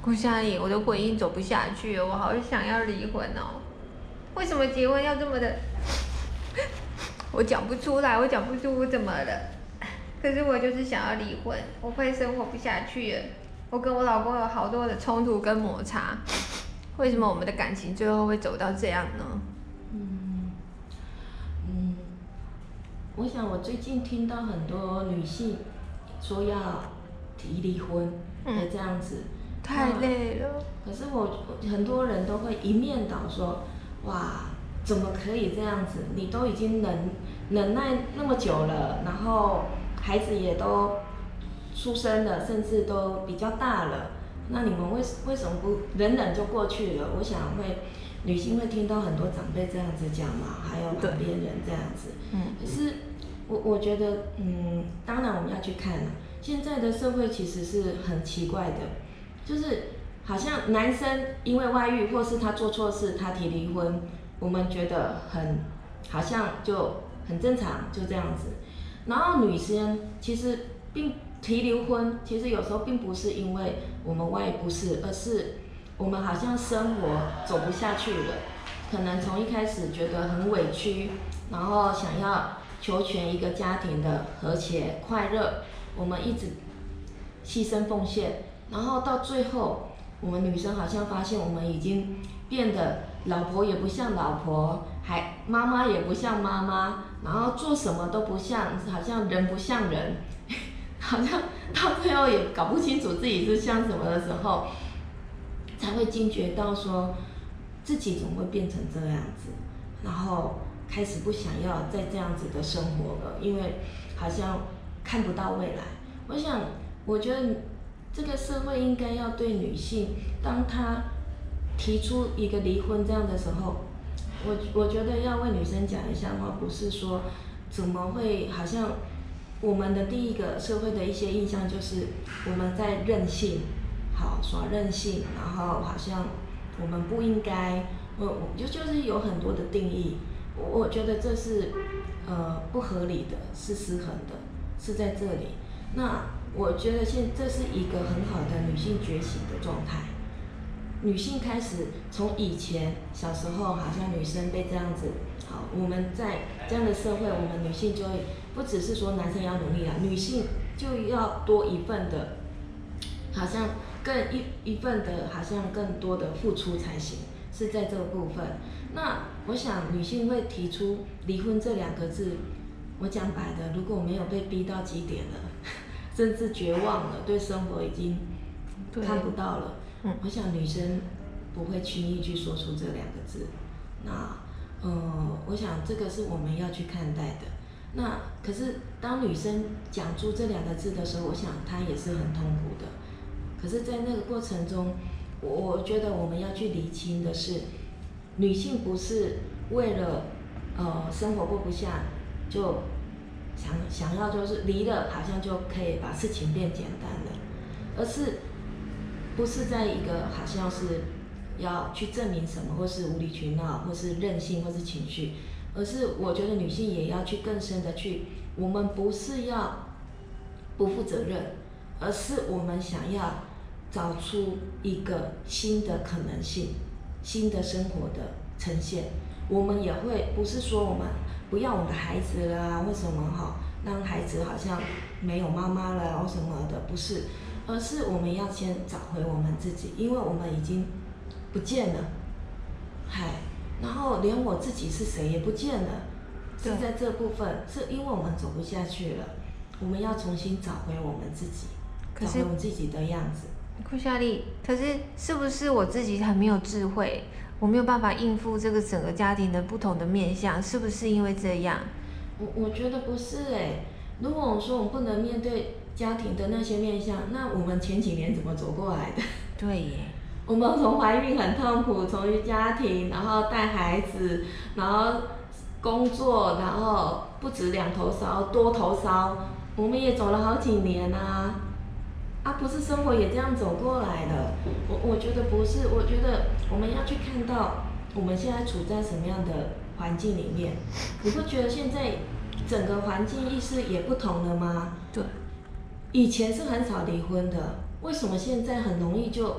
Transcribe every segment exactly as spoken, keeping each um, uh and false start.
顾佳丽，我的婚姻走不下去了，我好想要离婚哦。为什么结婚要这么的？我讲不出来，我讲不出我怎么了。可是我就是想要离婚，我快生活不下去了。我跟我老公有好多的冲突跟摩擦，为什么我们的感情最后会走到这样呢？ 嗯嗯，我想我最近听到很多女性说要提离婚的这样子， 嗯、太累了。 可是我很多人都会一面倒说，哇，怎么可以这样子？你都已经忍忍耐那么久了，然后孩子也都出生了，甚至都比较大了，那你们为为什么不忍忍就过去了？我想会女性会听到很多长辈这样子讲嘛，还有旁边人这样子。嗯，可是我我觉得，嗯，当然我们要去看了。现在的社会其实是很奇怪的，就是好像男生因为外遇或是他做错事，他提离婚，我们觉得很好像就很正常，就这样子。然后女生其实并提离婚，其实有时候并不是因为我们外遇不是，而是我们好像生活走不下去了，可能从一开始觉得很委屈，然后想要求全一个家庭的和谐快乐，我们一直牺牲奉献，然后到最后，我们女生好像发现我们已经变得老婆也不像老婆，还妈妈也不像妈妈，然后做什么都不像，好像人不像人，好像到最后也搞不清楚自己是像什么的时候，才会惊觉到说自己怎么会变成这样子，然后开始不想要再这样子的生活了，因为好像看不到未来。我想，我觉得这个社会应该要对女性，当她提出一个离婚这样的时候，我我觉得要为女生讲一下的话，不是说怎么会好像我们的第一个社会的一些印象就是我们在任性，好耍任性，然后好像我们不应该，我我就就是有很多的定义，我我觉得这是呃不合理的，是失衡的，是在这里。那我觉得现这是一个很好的女性觉醒的状态。女性开始从以前小时候，好像女生被这样子，好，我们在这样的社会，我们女性就会不只是说男生要努力啊，女性就要多一份的，好像更一一份的，好像更多的付出才行，是在这个部分。那我想女性会提出离婚这两个字，我讲白的，如果没有被逼到极点了，甚至绝望了，对生活已经看不到了。我想女生不会轻易去说出这两个字，那呃，我想这个是我们要去看待的。那可是当女生讲出这两个字的时候，我想她也是很痛苦的。可是，在那个过程中，我我觉得我们要去厘清的是，女性不是为了呃生活过不下，就想想要就是离了，好像就可以把事情变简单了，而是。不是在一个好像是要去证明什么，或是无理取闹，或是任性，或是情绪，而是我觉得女性也要去更深的去，我们不是要不负责任，而是我们想要找出一个新的可能性，新的生活的呈现。我们也会不是说我们不要我们的孩子了，为什么哈，让孩子好像没有妈妈了或什么的，不是。而是我们要先找回我们自己，因为我们已经不见了，嗨，然后连我自己是谁也不见了，是在这部分，是因为我们走不下去了，我们要重新找回我们自己，找回我们自己的样子。 顾夏丽，可是是不是我自己很没有智慧，我没有办法应付这个整个家庭的不同的面向，是不是因为这样？ 我我觉得不是哎、欸，如果我说我们不能面对家庭的那些面向，那我们前几年怎么走过来的？ 对耶， 我们从怀孕很痛苦，从家庭，然后带孩子，然后工作，然后不止两头烧，多头烧，我们也走了好几年啊，啊，不是生活也这样走过来的。我我觉得不是，我觉得我们要去看到我们现在处在什么样的环境里面。你不觉得现在整个环境意识也不同了吗？ 对。 以前是很少离婚的，为什么现在很容易就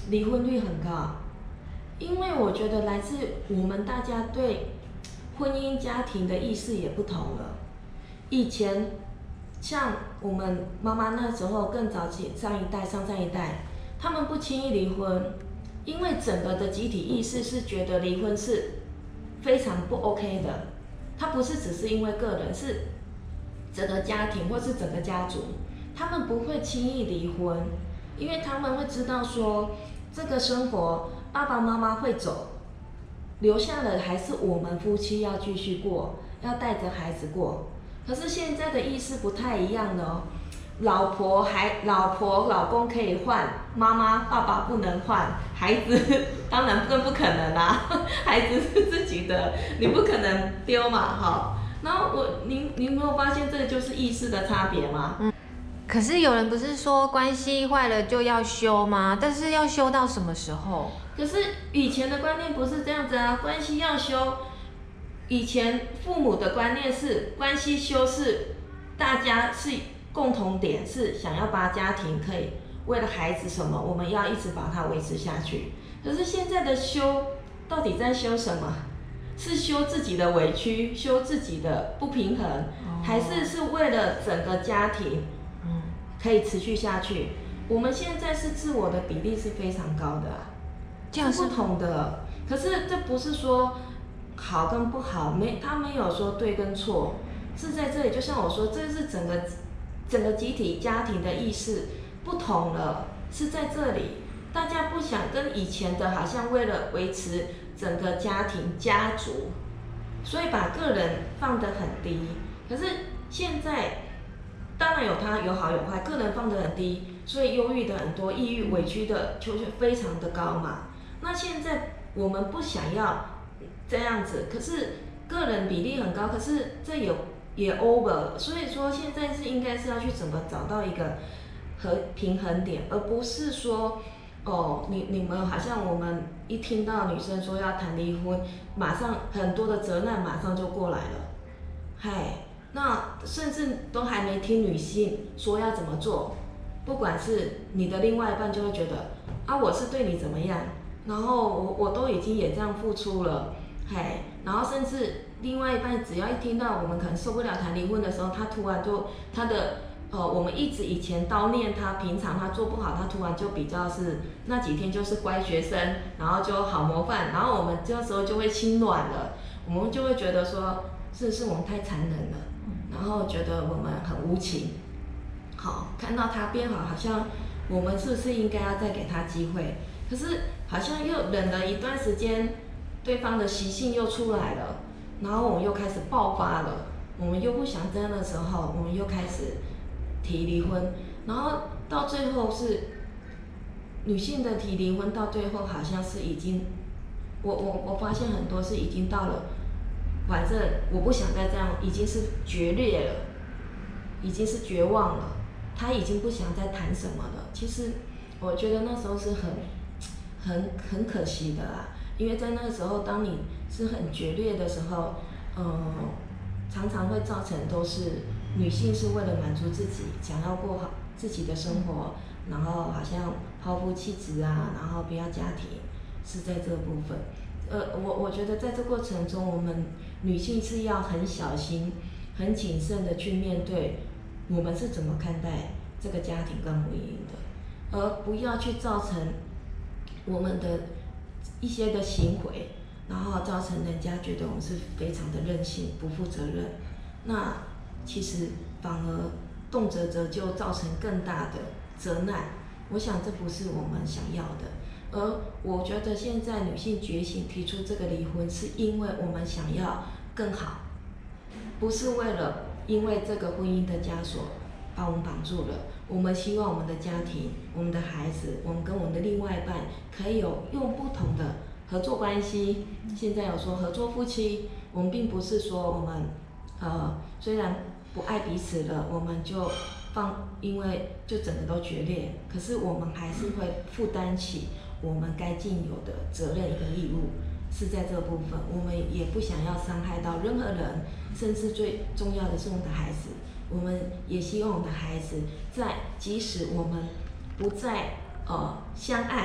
离婚率很高，因为我觉得来自我们大家对婚姻家庭的意识也不同了。以前像我们妈妈那时候更早期上一代上上一代，他们不轻易离婚，因为整个的集体意识是觉得离婚是非常不 OK 的，它不是只是因为个人，是整个家庭或是整个家族，他们不会轻易离婚，因为他们会知道说这个生活爸爸妈妈会走，留下的还是我们夫妻要继续过，要带着孩子过。可是现在的意识不太一样了哦，老婆还老婆老公可以换，妈妈爸爸不能换，孩子当然更不可能啦、啊，孩子是自己的，你不可能丢嘛，哈。然后我，你你没有发现这个就是意识的差别吗？ 嗯。可是有人不是说关系坏了就要修吗？但是要修到什么时候？ 可是以前的观念不是这样子啊，关系要修。以前父母的观念是关系修是大家是共同点，是想要把家庭可以为了孩子什么，我们要一直把它维持下去。可是现在的修到底在修什么？是修自己的委屈，修自己的不平衡，哦、还是是为了整个家庭可以持续下去？我们现在是自我的比例是非常高的、啊，这样是不同的。可是这不是说好跟不好，没他没有说对跟错，是在这里。就像我说，这是整个整个集体家庭的意识不同了，是在这里。大家不想跟以前的，好像为了维持整个家庭家族，所以把个人放得很低。可是现在当然有它有好有坏，个人放得很低，所以忧郁的很多，抑郁委屈的就是非常的高嘛。那现在我们不想要这样子，可是个人比例很高，可是这也也 over 了。所以说现在是应该是要去怎么找到一个和平衡点，而不是说哦，你你们好像我们一听到女生说要谈离婚，马上很多的责难马上就过来了，嗨，那甚至都还没听女性说要怎么做，不管是你的另外一半就会觉得啊，我是对你怎么样，然后我我都已经也这样付出了，嗨，然后甚至另外一半只要一听到我们可能受不了谈离婚的时候，他突然就他的。呃，我们一直以前叨念他，平常他做不好，他突然就比较是那几天就是乖学生，然后就好模范，然后我们这时候就会心软了，我们就会觉得说，是是我们太残忍了，然后觉得我们很无情。好，看到他变好，好像我们是不是应该要再给他机会？可是好像又忍了一段时间，对方的习性又出来了，然后我们又开始爆发了，我们又不想这样的时候，我们又开始提离婚，然后到最后是女性的提离婚，到最后好像是已经，我我我发现很多是已经到了，反正我不想再这样，已经是决裂了，已经是绝望了，他已经不想再谈什么了。其实我觉得那时候是很很很可惜的啦，因为在那个时候，当你是很决裂的时候，嗯，常常会造成都是。女性是为了满足自己，想要过好自己的生活，然后好像抛夫弃子啊，然后不要家庭，是在这个部分。呃，我我觉得在这过程中，我们女性是要很小心、很谨慎的去面对，我们是怎么看待这个家庭跟婚姻的，而不要去造成我们的一些的行为，然后造成人家觉得我们是非常的任性、不负责任。那其实反而动辄则就造成更大的责难，我想这不是我们想要的。而我觉得现在女性觉醒提出这个离婚，是因为我们想要更好，不是为了因为这个婚姻的枷锁把我们绑住了。我们希望我们的家庭、我们的孩子、我们跟我们的另外一半可以有用不同的合作关系。现在有说合作夫妻，我们并不是说我们呃虽然不爱彼此了，我们就放，因为就整个都决裂。可是我们还是会负担起我们该尽有的责任跟义务，是在这个部分。我们也不想要伤害到任何人，甚至最重要的是我们的孩子。我们也希望我们的孩子在即使我们不再呃相爱，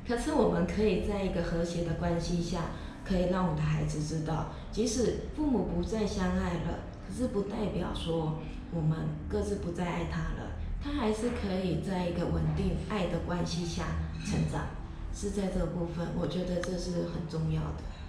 可是我们可以在一个和谐的关系下，可以让我们的孩子知道，即使父母不再相爱了，可是不代表说我们各自不再爱他了，他还是可以在一个稳定爱的关系下成长。是在这个部分，我觉得这是很重要的。